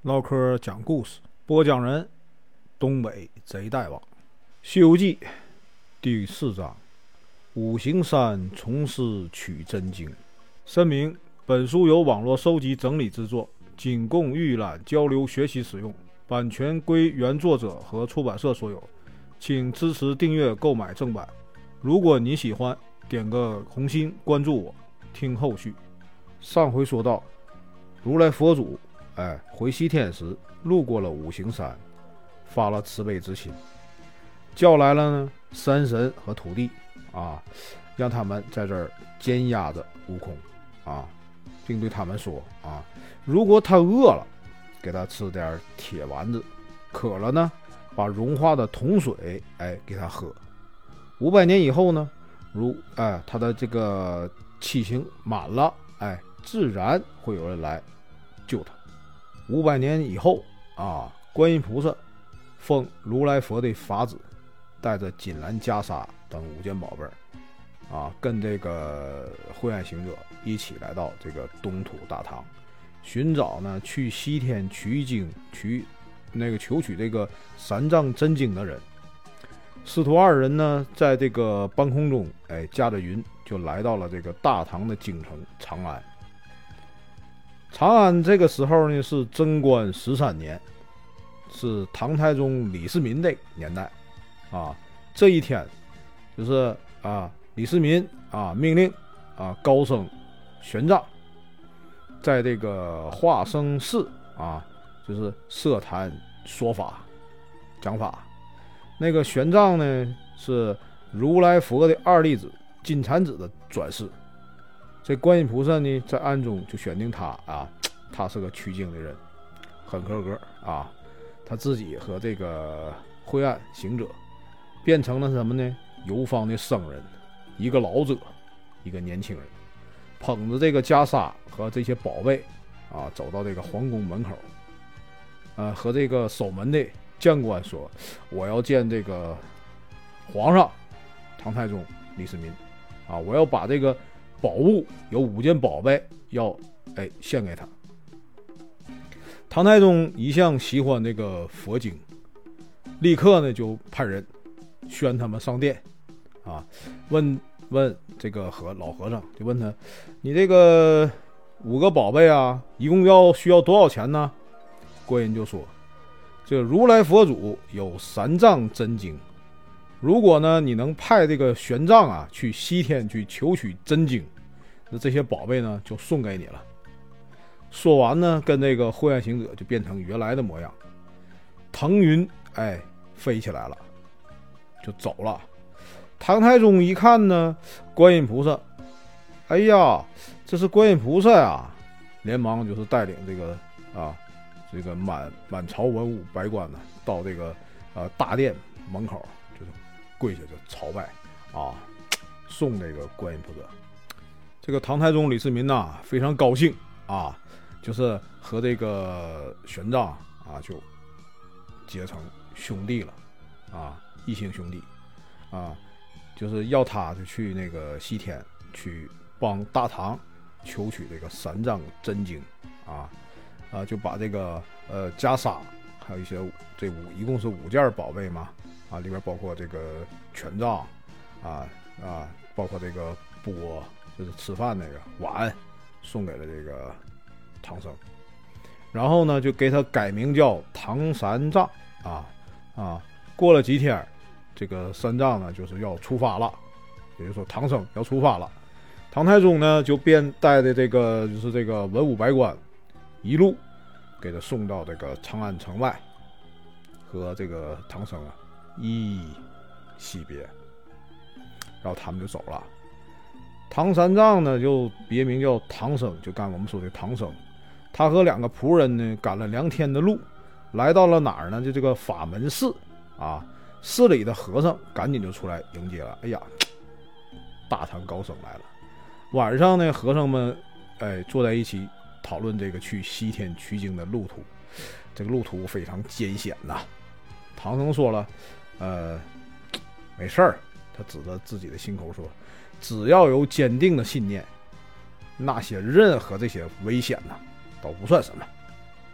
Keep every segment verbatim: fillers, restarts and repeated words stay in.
唠嗑讲故事，播讲人东北贼大王。西游记第四章，五行山从师取真经。声明：本书由网络收集整理制作，仅供预览、交流、学习使用，版权归原作者和出版社所有，请支持订阅、购买正版。如果你喜欢，点个红心，关注我，听后续。上回说到，如来佛祖哎，回西天时路过了五行山，发了慈悲之心，叫来了呢山神和土地啊，让他们在这儿监压着悟空啊，并对他们说啊，如果他饿了，给他吃点铁丸子；渴了呢，把融化的铜水哎给他喝。五百年以后呢，如哎他的这个气性满了，哎，自然会有人来救他。五百年以后啊，观音菩萨奉如来佛的法旨，带着锦兰袈裟等五件宝贝啊，跟这个慧岸行者一起来到这个东土大唐，寻找呢去西天取经取那个求取这个三藏真经的人。师徒二人呢，在这个半空中，哎，驾着云就来到了这个大唐的京城长安。长安这个时候呢是贞观十三年，是唐太宗李世民的年代啊。这一天就是啊，李世民啊命令啊高僧玄奘在这个化生寺啊，就是设坛说法讲法。那个玄奘呢是如来佛的二弟子金蝉子的转世。这观音菩萨呢，在暗中就选定他啊，他是个取经的人，很合格啊。他自己和这个慧岸行者变成了什么呢？游方的僧人，一个老者，一个年轻人，捧着这个袈裟和这些宝贝啊，走到这个皇宫门口，呃，和这个守门的将官说：“我要见这个皇上，唐太宗李世民啊，我要把这个。”宝物有五件宝贝要哎献给他。唐太宗一向喜欢这个佛经，立刻呢就派人宣他们上殿啊，问问这个和老和尚，就问他，你这个五个宝贝啊，一共要需要多少钱呢？观音就说，这如来佛祖有三藏真经。如果呢，你能派这个玄奘啊去西天去求取真经，那这些宝贝呢就送给你了。说完呢，跟这个慧岸行者就变成原来的模样，腾云哎飞起来了，就走了。唐太宗一看呢，观音菩萨，哎呀，这是观音菩萨呀，连忙就是带领这个啊这个满满朝文武百官呢，到这个呃大殿门口。就是跪下就朝拜啊，送这个观音菩萨。这个唐太宗李世民呐、啊，非常高兴啊，就是和这个玄奘啊就结成兄弟了啊，异姓兄弟啊，就是要他就去那个西天去帮大唐求取这个三藏真经啊啊，就把这个呃袈裟还有一些这五一共是五件宝贝嘛。啊，里边包括这个权杖，啊啊，包括这个钵，就是吃饭那个碗，送给了这个唐僧。然后呢，就给他改名叫唐三藏啊啊。过了几天，这个三藏呢就是要出发了，也就是说唐僧要出发了。唐太宗呢就便带的这个就是这个文武百官，一路给他送到这个长安城外，和这个唐僧啊。一惜别，然后他们就走了。唐三藏呢，就别名叫唐僧，就刚我们说的唐僧。他和两个仆人呢，赶了两天的路，来到了哪儿呢？就这个法门寺啊。寺里的和尚赶紧就出来迎接了。哎呀，大唐高僧来了。晚上呢，和尚们哎坐在一起讨论这个去西天取经的路途。这个路途非常艰险呐。唐僧说了。呃，没事儿，他指着自己的心口说：“只要有坚定的信念，那些任何这些危险呐，都不算什么。”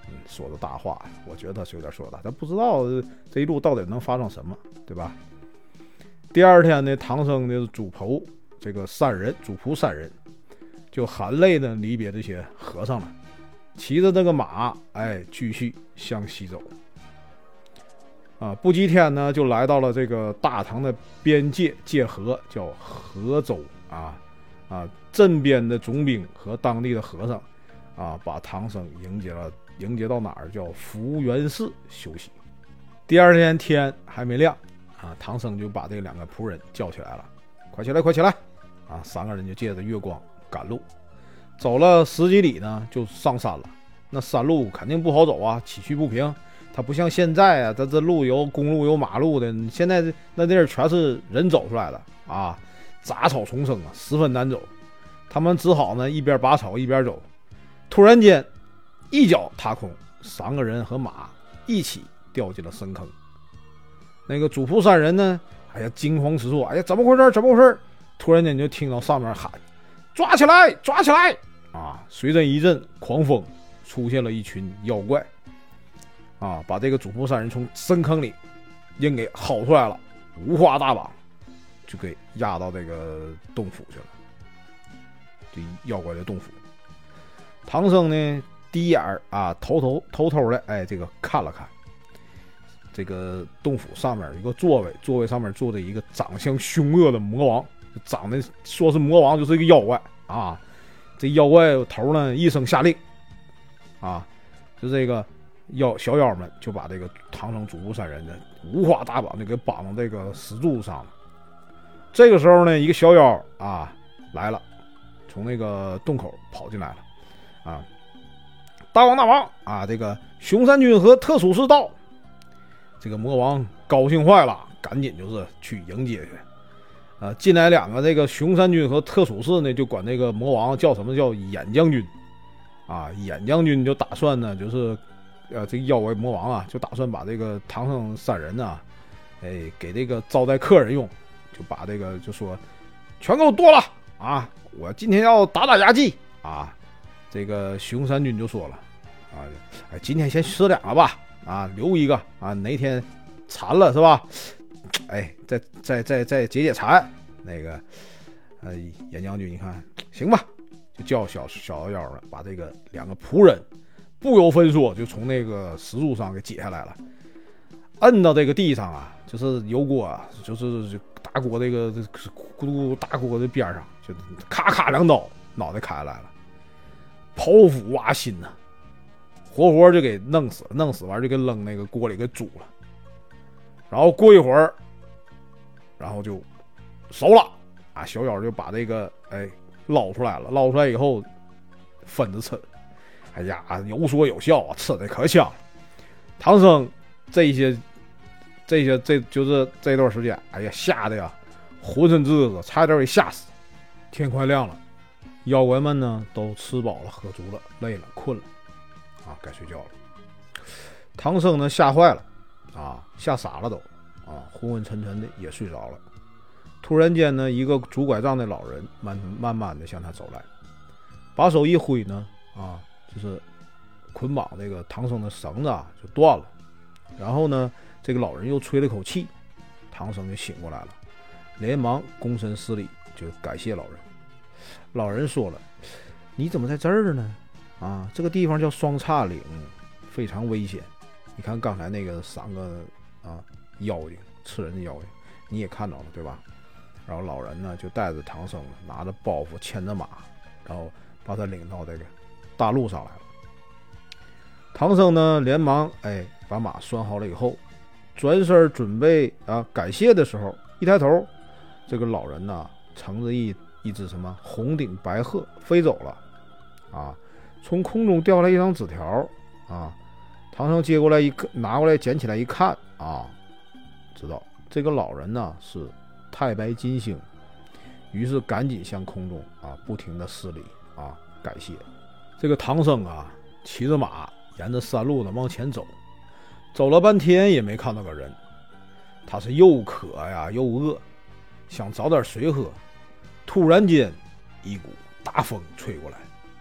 嗯，说的大话，我觉得他是有点说大，他不知道这一路到底能发生什么，对吧？第二天呢，唐僧的主仆这个三人，主仆三人就含泪的离别这些和尚了，骑着这个马，哎，继续向西走。啊，不几天呢，就来到了这个大唐的边界界河，叫河州啊啊，镇边的总兵和当地的和尚啊，把唐僧迎接了，迎接到哪儿？叫福源寺休息。第二天天还没亮啊，唐僧就把这两个仆人叫起来了，快起来，快起来！啊，三个人就借着月光赶路，走了十几里呢，就上山了。那山路肯定不好走啊，崎岖不平。它不像现在啊，它这路有公路有马路的，现在那地儿全是人走出来的啊，杂草丛生啊，十分难走。他们只好呢一边拔草一边走。突然间，一脚踏空，三个人和马一起掉进了深坑。那个主仆三人呢，哎呀惊慌失措，哎呀怎么回事？怎么回事？突然间就听到上面喊：“抓起来，抓起来！”啊，随着一阵狂风，出现了一群妖怪。啊，把这个主仆三人从深坑里硬给薅出来了，五花大绑，就给压到这个洞府去了，这妖怪的洞府。唐僧呢，第一眼啊，偷偷偷偷的，哎，这个看了看，这个洞府上面有一个座位，座位上面坐着一个长相凶恶的魔王，长得说是魔王就是一个妖怪啊。这妖怪头呢一声下令，啊，就这个。妖小妖们就把这个唐僧主仆三人的五花大绑就给绑到这个石柱上了。这个时候呢，一个小妖啊来了，从那个洞口跑进来了啊！大王大王啊，这个熊山君和特属士到。这个魔王高兴坏了，赶紧就是去迎接去。啊，进来两个这个熊山君和特属士呢，就管这个魔王叫什么叫眼将军啊，眼将军就打算呢就是。呃，这个妖怪魔王啊，就打算把这个唐僧三人呢、啊，哎，给这个招待客人用，就把这个就说，全给我剁了啊！我今天要打打牙祭啊！这个熊山君就说了啊，哎，今天先吃两个吧，啊，留一个啊，哪天馋了是吧？哎，再再再再解解馋。那个，呃，严将军，你看行吧，就叫小小妖了，把这个两个仆人。不由分说就从那个石柱上给解下来了，摁到这个地上啊，就是油锅啊，就是大锅这个咕噜大锅的边上，就咔咔两刀，脑袋砍下来了，剖腹挖心呐、啊，活活就给弄死了，弄死完就给扔那个锅里给煮了，然后过一会儿，然后就熟了啊，小妖就把这个哎捞出来了，捞出来以后分着吃。哎呀，有说有笑啊，吃的可香。唐僧这些、这些、这就是这段时间，哎呀，吓得呀，浑身滋滋，差点给吓死。天快亮了，妖怪们呢都吃饱了、喝足了、累了、困了，啊，该睡觉了。唐僧呢吓坏了，啊，吓傻了都，啊，昏昏沉沉的也睡着了。突然间呢，一个拄拐杖的老人慢慢慢的向他走来，把手一挥呢，啊。就是捆绑这个唐僧的绳子啊就断了，然后呢，这个老人又吹了口气，唐僧就醒过来了，连忙躬身施礼，就感谢老人。老人说了：“你怎么在这儿呢？啊，这个地方叫双叉岭，非常危险。你看刚才那个三个啊妖精，吃人的妖精，你也看到了对吧？”然后老人呢就带着唐僧拿着包袱，牵着马，然后把他领到这个大路上来了。唐僧呢连忙哎把马拴好了以后，转身准备啊感谢的时候，一抬头，这个老人呢乘着一一只什么红顶白鹤飞走了啊，从空中掉下来一张纸条啊，唐僧接过来一拿过来捡起来一看啊，知道这个老人呢是太白金星，于是赶紧向空中啊不停的施礼啊感谢。这个唐僧啊骑着马沿着山路呢往前走，走了半天也没看到个人，他是又渴呀又饿，想找点水喝。突然间一股大风吹过来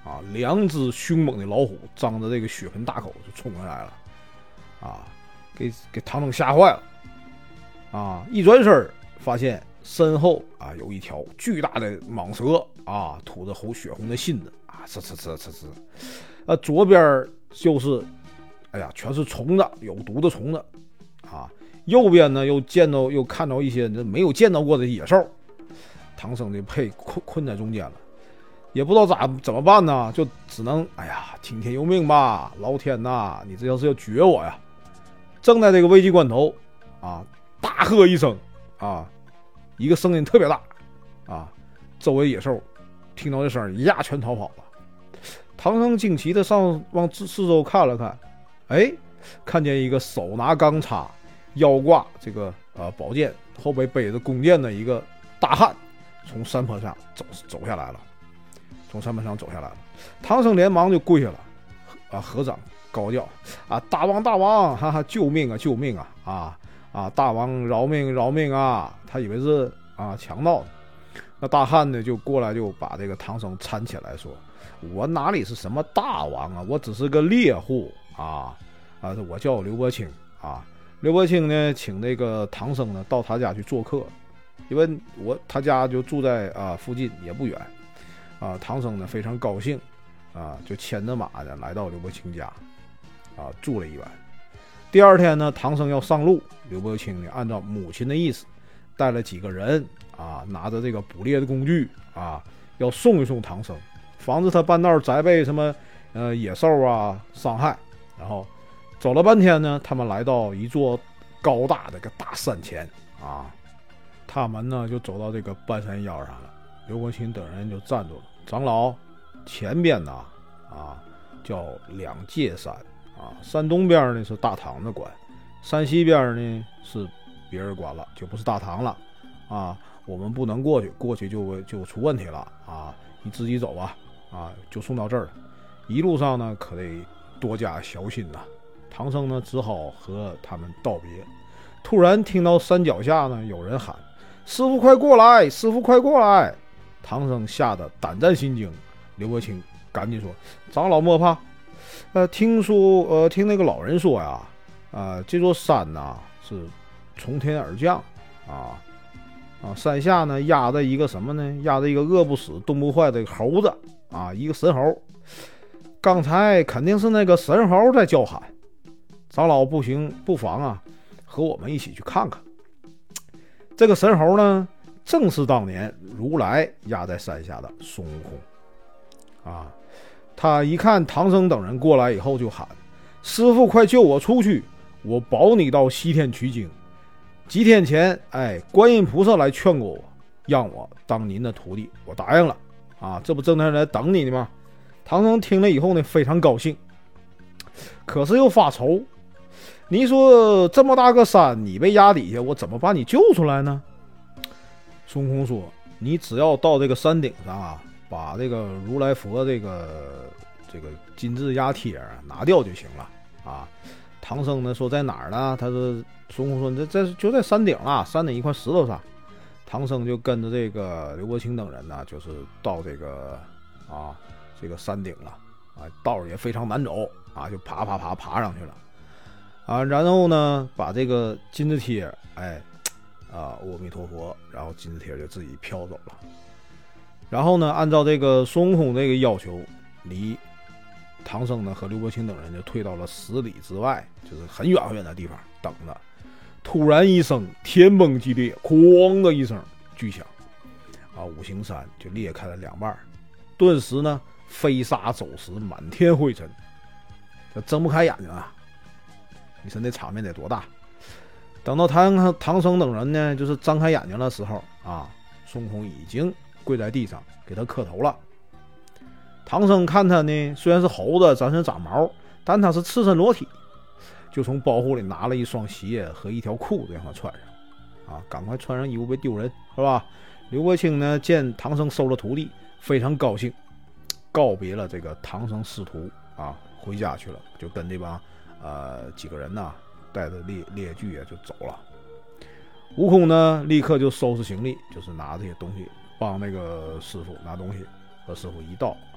啊，两只凶猛的老虎张着这个血盆大口就冲上来了，啊，给给唐僧吓坏了，啊，一转身发现身后啊有一条巨大的蟒蛇啊，吐着红血红的信子啊，呲呲呲呲呲，啊，左边就是，哎呀，全是虫子，有毒的虫子啊，右边呢又见到又看到一些没有见到过的野兽，唐僧就被困困在中间了。也不知道咋怎么办呢，就只能哎呀听天由命吧，老天呐，你这要是要绝我呀！正在这个危急关头啊，大喝一声啊，一个声音特别大啊，周围野兽听到这声一下全逃跑了。唐僧惊奇的上往四周看了看，哎，看见一个手拿钢叉、腰挂这个呃宝剑、后背背着弓箭的一个大汉从山坡上走走下来了。从山坡上走下来了，唐僧连忙就跪下了，啊，合掌高叫啊，大王大王，哈哈，救命啊救命啊啊啊，大王饶命饶命啊！他以为是啊强盗，那大汉呢就过来就把这个唐僧搀起来说，我哪里是什么大王啊，我只是个猎户啊啊，我叫刘伯清啊。刘伯清呢请那个唐僧呢到他家去做客，因为我他家就住在啊附近也不远。啊，唐僧呢非常高兴，啊，就牵着马呢来到刘伯清家，啊，住了一晚。第二天呢，唐僧要上路，刘伯清呢按照母亲的意思，带了几个人，啊，拿着这个捕猎的工具，啊，要送一送唐僧，防止他半道再被什么呃野兽啊伤害。然后走了半天呢，他们来到一座高大的个大山前，啊，他们呢就走到这个半山腰上了。刘伯清等人就站住了。长老，前边呢啊叫两界山啊，山东边呢是大唐的关，山西边呢是别人管了，就不是大唐了啊。我们不能过去，过去就就出问题了啊。你自己走吧啊，就送到这儿了。一路上呢可得多加小心呐。唐僧呢只好和他们道别。突然听到山脚下呢有人喊：“师傅快过来！师傅快过来！”唐僧吓得胆战心惊，刘伯清赶紧说：“长老莫怕，呃，听说呃，听那个老人说呀，啊、呃，这座山呐是从天而降，啊啊，山下呢压着一个什么呢？压着一个饿不死、冻不坏的猴子啊，一个神猴。刚才肯定是那个神猴在叫喊，长老不行，不妨啊，和我们一起去看看。这个神猴呢？”正是当年如来压在山下的孙悟空啊！他一看唐僧等人过来以后，就喊：“师傅，快救我出去！我保你到西天取经。几天前，哎，观音菩萨来劝过我，让我当您的徒弟，我答应了啊！这不正在来等你呢吗？”唐僧听了以后呢，非常高兴，可是又发愁。你说这么大个山，你被压底下，我怎么把你救出来呢？孙悟空说：“你只要到这个山顶上啊，把这个如来佛这个这个金字压贴啊拿掉就行了啊。”唐僧呢说：“在哪儿呢？”他说：“孙悟空说这这就在山顶了，山顶一块石头上。”唐僧就跟着这个刘伯清等人呢，就是到这个啊这个山顶了啊，道也非常难走啊，就爬爬爬爬上去了啊，然后呢把这个金字贴哎。啊，阿弥陀佛，然后金字贴就自己飘走了。然后呢，按照这个孙悟空这个要求，离唐僧呢和刘伯清等人就退到了十里之外，就是很远很远的地方等着。突然一声天崩地裂，哐的一声巨响，啊，五行山就裂开了两半，顿时呢飞沙走石，满天灰尘，就睁不开眼睛啊！你说那场面得多大？等到唐唐僧等人呢，就是张开眼睛的时候啊，孙悟空已经跪在地上给他磕头了。唐僧看他呢，虽然是猴子，咱身长毛，但他是赤身裸体，就从包袱里拿了一双鞋和一条裤子让他穿上。啊，赶快穿上衣服别丢人，是吧？刘伯清呢，见唐僧收了徒弟，非常高兴，告别了这个唐僧师徒啊，回家去了，就跟这帮呃几个人呐。带着猎猎具啊就走了。悟空呢立刻就收拾行李，就是拿这些东西帮那个师傅拿东西，和师傅一道啊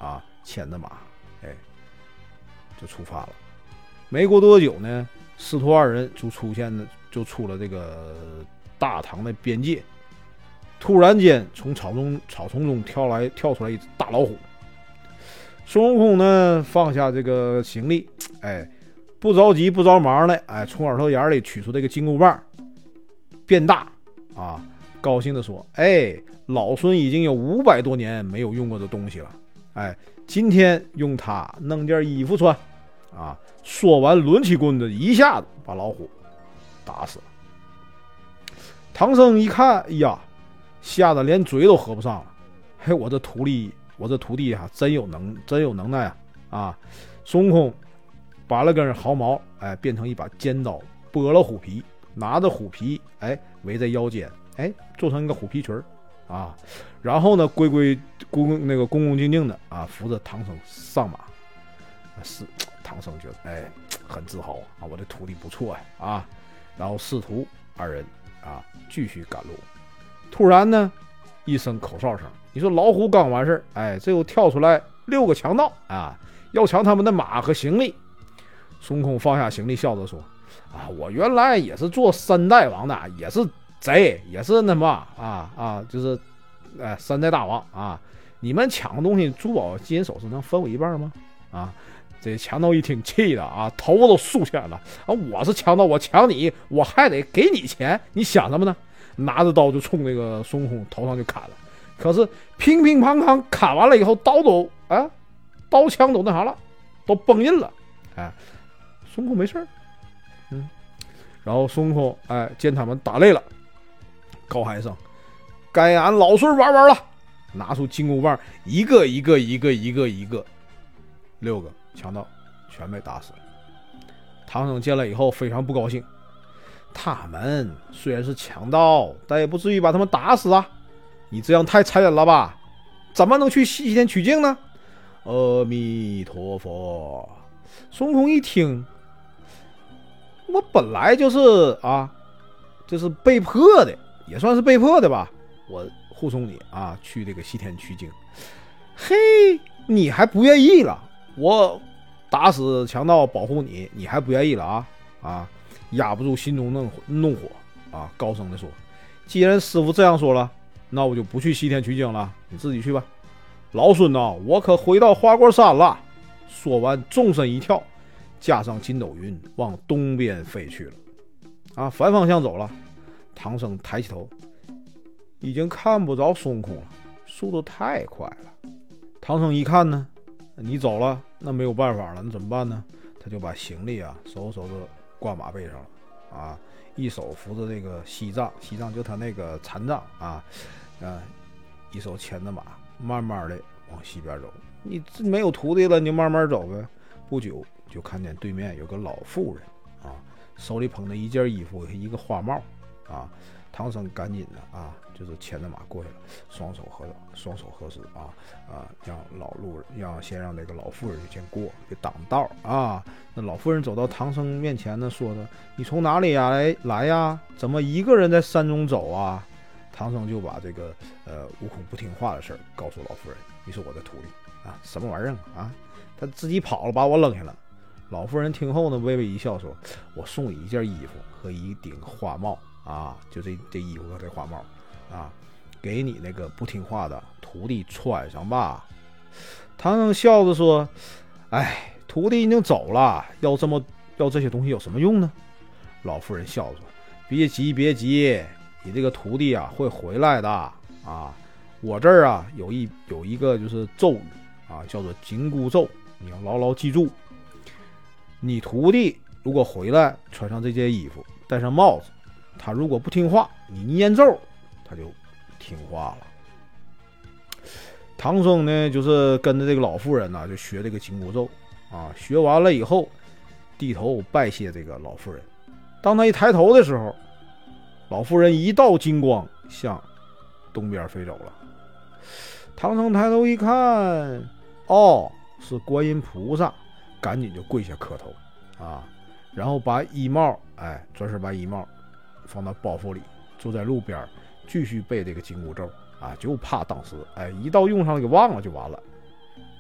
牵着马，哎，就出发了。没过多久呢，师徒二人就出现了，就出了这个大唐的边界。突然间，从草中草丛中跳来跳出来一只大老虎。孙悟空呢，放下这个行李，哎，不着急不着忙的，哎，从耳朵眼里取出这个金箍棒，变大啊，高兴的说：“哎，老孙已经有五百多年没有用过的东西了，哎，今天用它弄件衣服穿啊！”说完，抡起棍子，一下子把老虎打死了。唐僧一看，哎呀，吓得连嘴都合不上了。嘿，我这徒弟，我这徒弟啊，真有能，真有能耐啊！啊，孙悟空拔了根毫毛，哎，变成一把尖刀，剥了虎皮，拿着虎皮，哎，围在腰间，哎，做成一个虎皮裙啊。然后呢，规规恭那个恭恭敬敬的啊，扶着唐僧上马。是唐僧觉得哎很自豪啊，我的徒弟不错呀啊。然后师徒二人啊继续赶路。突然呢，一声口哨声，你说老虎刚完事哎，这又跳出来六个强盗啊，要抢他们的马和行李。孙悟空放下行李，笑着说：“啊，我原来也是做三代王的，也是贼，也是那么啊啊，就是哎三代大王啊。你们抢的东西，珠宝、金银首饰能分我一半吗？啊！”这强盗一听，气的啊，头发都竖起来了啊！我是强盗，我抢你，我还得给你钱，你想什么呢？拿着刀就冲那个孙悟空头上就砍了。可是乒乒乓乓砍完了以后，刀都啊，刀枪都那啥了，都崩印了。哎，孙悟空没事嗯。然后孙悟空哎见他们打累了，高喊一声：“该俺老孙玩玩了！”拿出金箍棒，一个一个一个一个一个，六个。强盗全被打死了。唐僧见了以后非常不高兴，他们虽然是强盗，但也不至于把他们打死啊！你这样太残忍了吧？怎么能去西天取经呢？阿弥陀佛！孙悟空一听，我本来就是啊，这是被迫的，也算是被迫的吧。我护送你啊去这个西天取经，嘿，你还不愿意了？我打死强盗保护你，你还不愿意了啊啊！压不住心中怒怒火啊，高声的说：“既然师傅这样说了，那我就不去西天取经了，你自己去吧。老孙呐，我可回到花果山了。”说完，纵身一跳，驾上筋斗云，往东边飞去了。啊，反方向走了。唐僧抬起头，已经看不着孙悟空了，速度太快了。唐僧一看呢，你走了，那没有办法了，那怎么办呢？他就把行李啊收收的挂马背上了啊，一手扶着这个西藏，西藏就他那个禅杖啊，啊，一手牵着马，慢慢的往西边走。你没有徒弟了，你就慢慢走呗。不久就看见对面有个老妇人啊，手里捧着一件衣服，一个花帽啊。唐僧赶紧的啊，就是牵着马过去了，双手合双手合十啊啊，让老路人让先让那个老妇人就先过，别挡道啊。那老妇人走到唐僧面前呢，说的：“你从哪里呀来来呀？怎么一个人在山中走啊？”唐僧就把这个呃悟空不听话的事儿告诉老妇人：“你是我的徒弟啊，什么玩意儿啊？他自己跑了，把我扔下了。”老妇人听后呢，微微一笑说：“我送你一件衣服和一顶花帽。”啊，就这这衣服和这花帽，啊，给你那个不听话的徒弟穿上吧。唐僧笑着说：“哎，徒弟已经走了，要这么要这些东西有什么用呢？”老妇人笑着说：“别急，别急，你这个徒弟啊会回来的啊。我这儿啊有一有一个就是咒语啊，叫做紧箍咒，你要牢牢记住。你徒弟如果回来，穿上这件衣服，戴上帽子。”他如果不听话，你念咒，他就听话了。唐僧呢，就是跟着这个老妇人呢，就学这个紧箍咒啊。学完了以后，低头拜谢这个老妇人。当他一抬头的时候，老妇人一道金光向东边飞走了。唐僧抬头一看，哦，是观音菩萨，赶紧就跪下磕头啊，然后把衣帽，哎，转身把衣帽放到包袱里，坐在路边继续背这个紧箍咒啊，就怕当时哎一到用上给忘了就完了。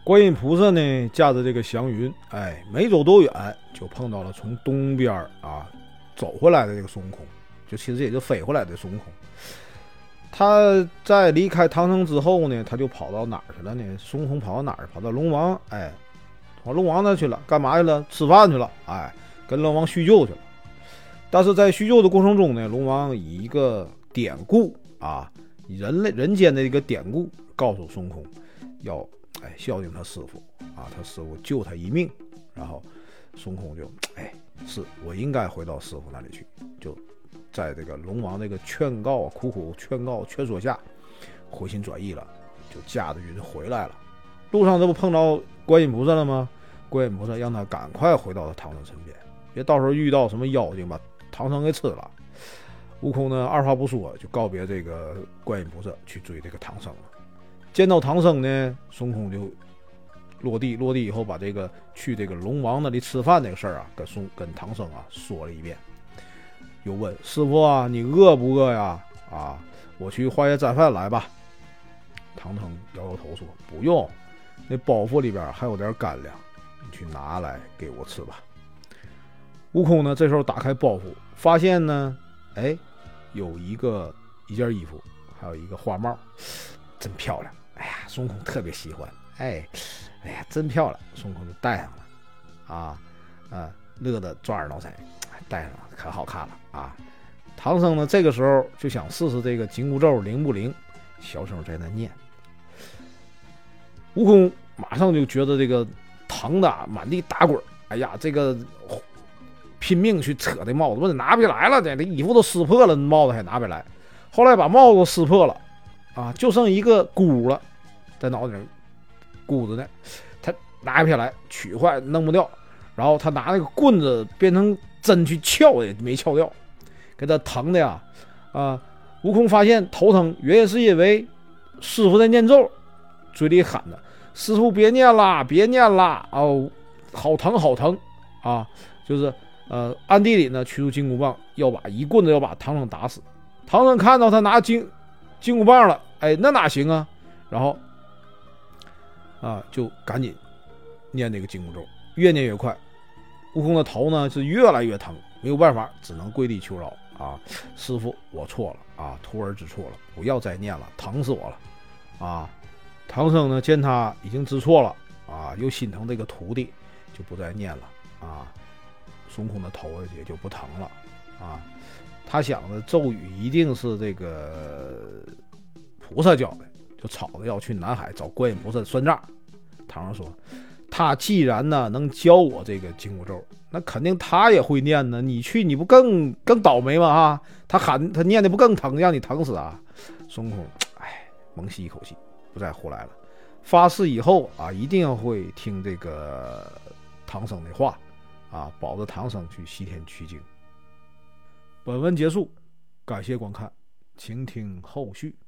观音菩萨呢，驾着这个祥云，哎，没走多远，就碰到了从东边啊走回来的这个孙悟空，就其实也就飞回来的孙悟空。他在离开唐僧之后呢，他就跑到哪儿去了呢？孙悟空跑到哪儿？跑到龙王，哎，跑龙王那去了，干嘛去了？吃饭去了，哎，跟龙王叙旧去了。但是在叙旧的过程中呢，龙王以一个典故啊，以人类人间的一个典故，告诉孙悟空要哎孝敬他师傅啊，他师傅救他一命。然后孙悟空就哎，是我应该回到师傅那里去，就在这个龙王这个劝告苦苦劝告劝说下，回心转意了，就驾着云回来了。路上这不碰到观音菩萨了吗？观音菩萨让他赶快回到唐僧身边，别到时候遇到什么妖精把唐僧给吃了。悟空呢，二话不说就告别这个观音菩萨，去追这个唐僧了。见到唐僧呢，孙悟空就落地，落地以后把这个去这个龙王那里吃饭这个事儿啊，跟孙跟唐僧啊说了一遍。又问师傅啊，你饿不饿呀？啊，我去化业斋饭来吧。唐僧摇摇头说不用，那包袱里边还有点干粮，你去拿来给我吃吧。悟空呢，这时候打开包袱，发现呢，哎，有一个一件衣服，还有一个花帽，真漂亮。哎呀，孙悟空特别喜欢，哎，哎呀，真漂亮。孙悟空就戴上了，啊啊，乐得抓耳挠腮，戴上了可好看了啊。唐僧呢，这个时候就想试试这个紧箍咒灵不灵，小声在那念。悟空马上就觉得这个疼的满地打滚，哎呀，这个拼命去扯这帽子，我得拿不下来了，这衣服都撕破了，帽子还拿不下来。后来把帽子都撕破了，啊，就剩一个箍了，在脑袋上箍着呢，他拿不下来，取坏弄不掉，然后他拿那个棍子变成针去撬，也没撬掉，给他疼的呀，啊！悟空发现头疼，原因是因为师傅在念咒，嘴里喊着：“师傅别念啦，别念啦，哦，好疼好疼啊！”就是呃，暗地里呢取出金箍棒，要把一棍子要把唐僧打死。唐僧看到他拿金金箍棒了，哎，那哪行啊？然后啊，就赶紧念那个紧箍咒，越念越快。悟空的头呢是越来越疼，没有办法，只能跪地求饶啊！师傅，我错了啊，徒儿知错了，不要再念了，疼死我了啊！唐僧呢见他已经知错了啊，又心疼这个徒弟，就不再念了啊。孙悟空的头也就不疼了啊。他想的咒语一定是这个菩萨教的，就吵着要去南海找观音菩萨算账。唐僧说，他既然呢能教我这个紧箍咒，那肯定他也会念呢，你去你不更更倒霉吗？啊，他喊他念的不更疼，让你疼死啊！孙悟空哎，猛吸一口气，不再胡来了，发誓以后啊，一定要会听这个唐僧的话啊，保着唐僧去西天取经。本文结束，感谢观看，请听后续。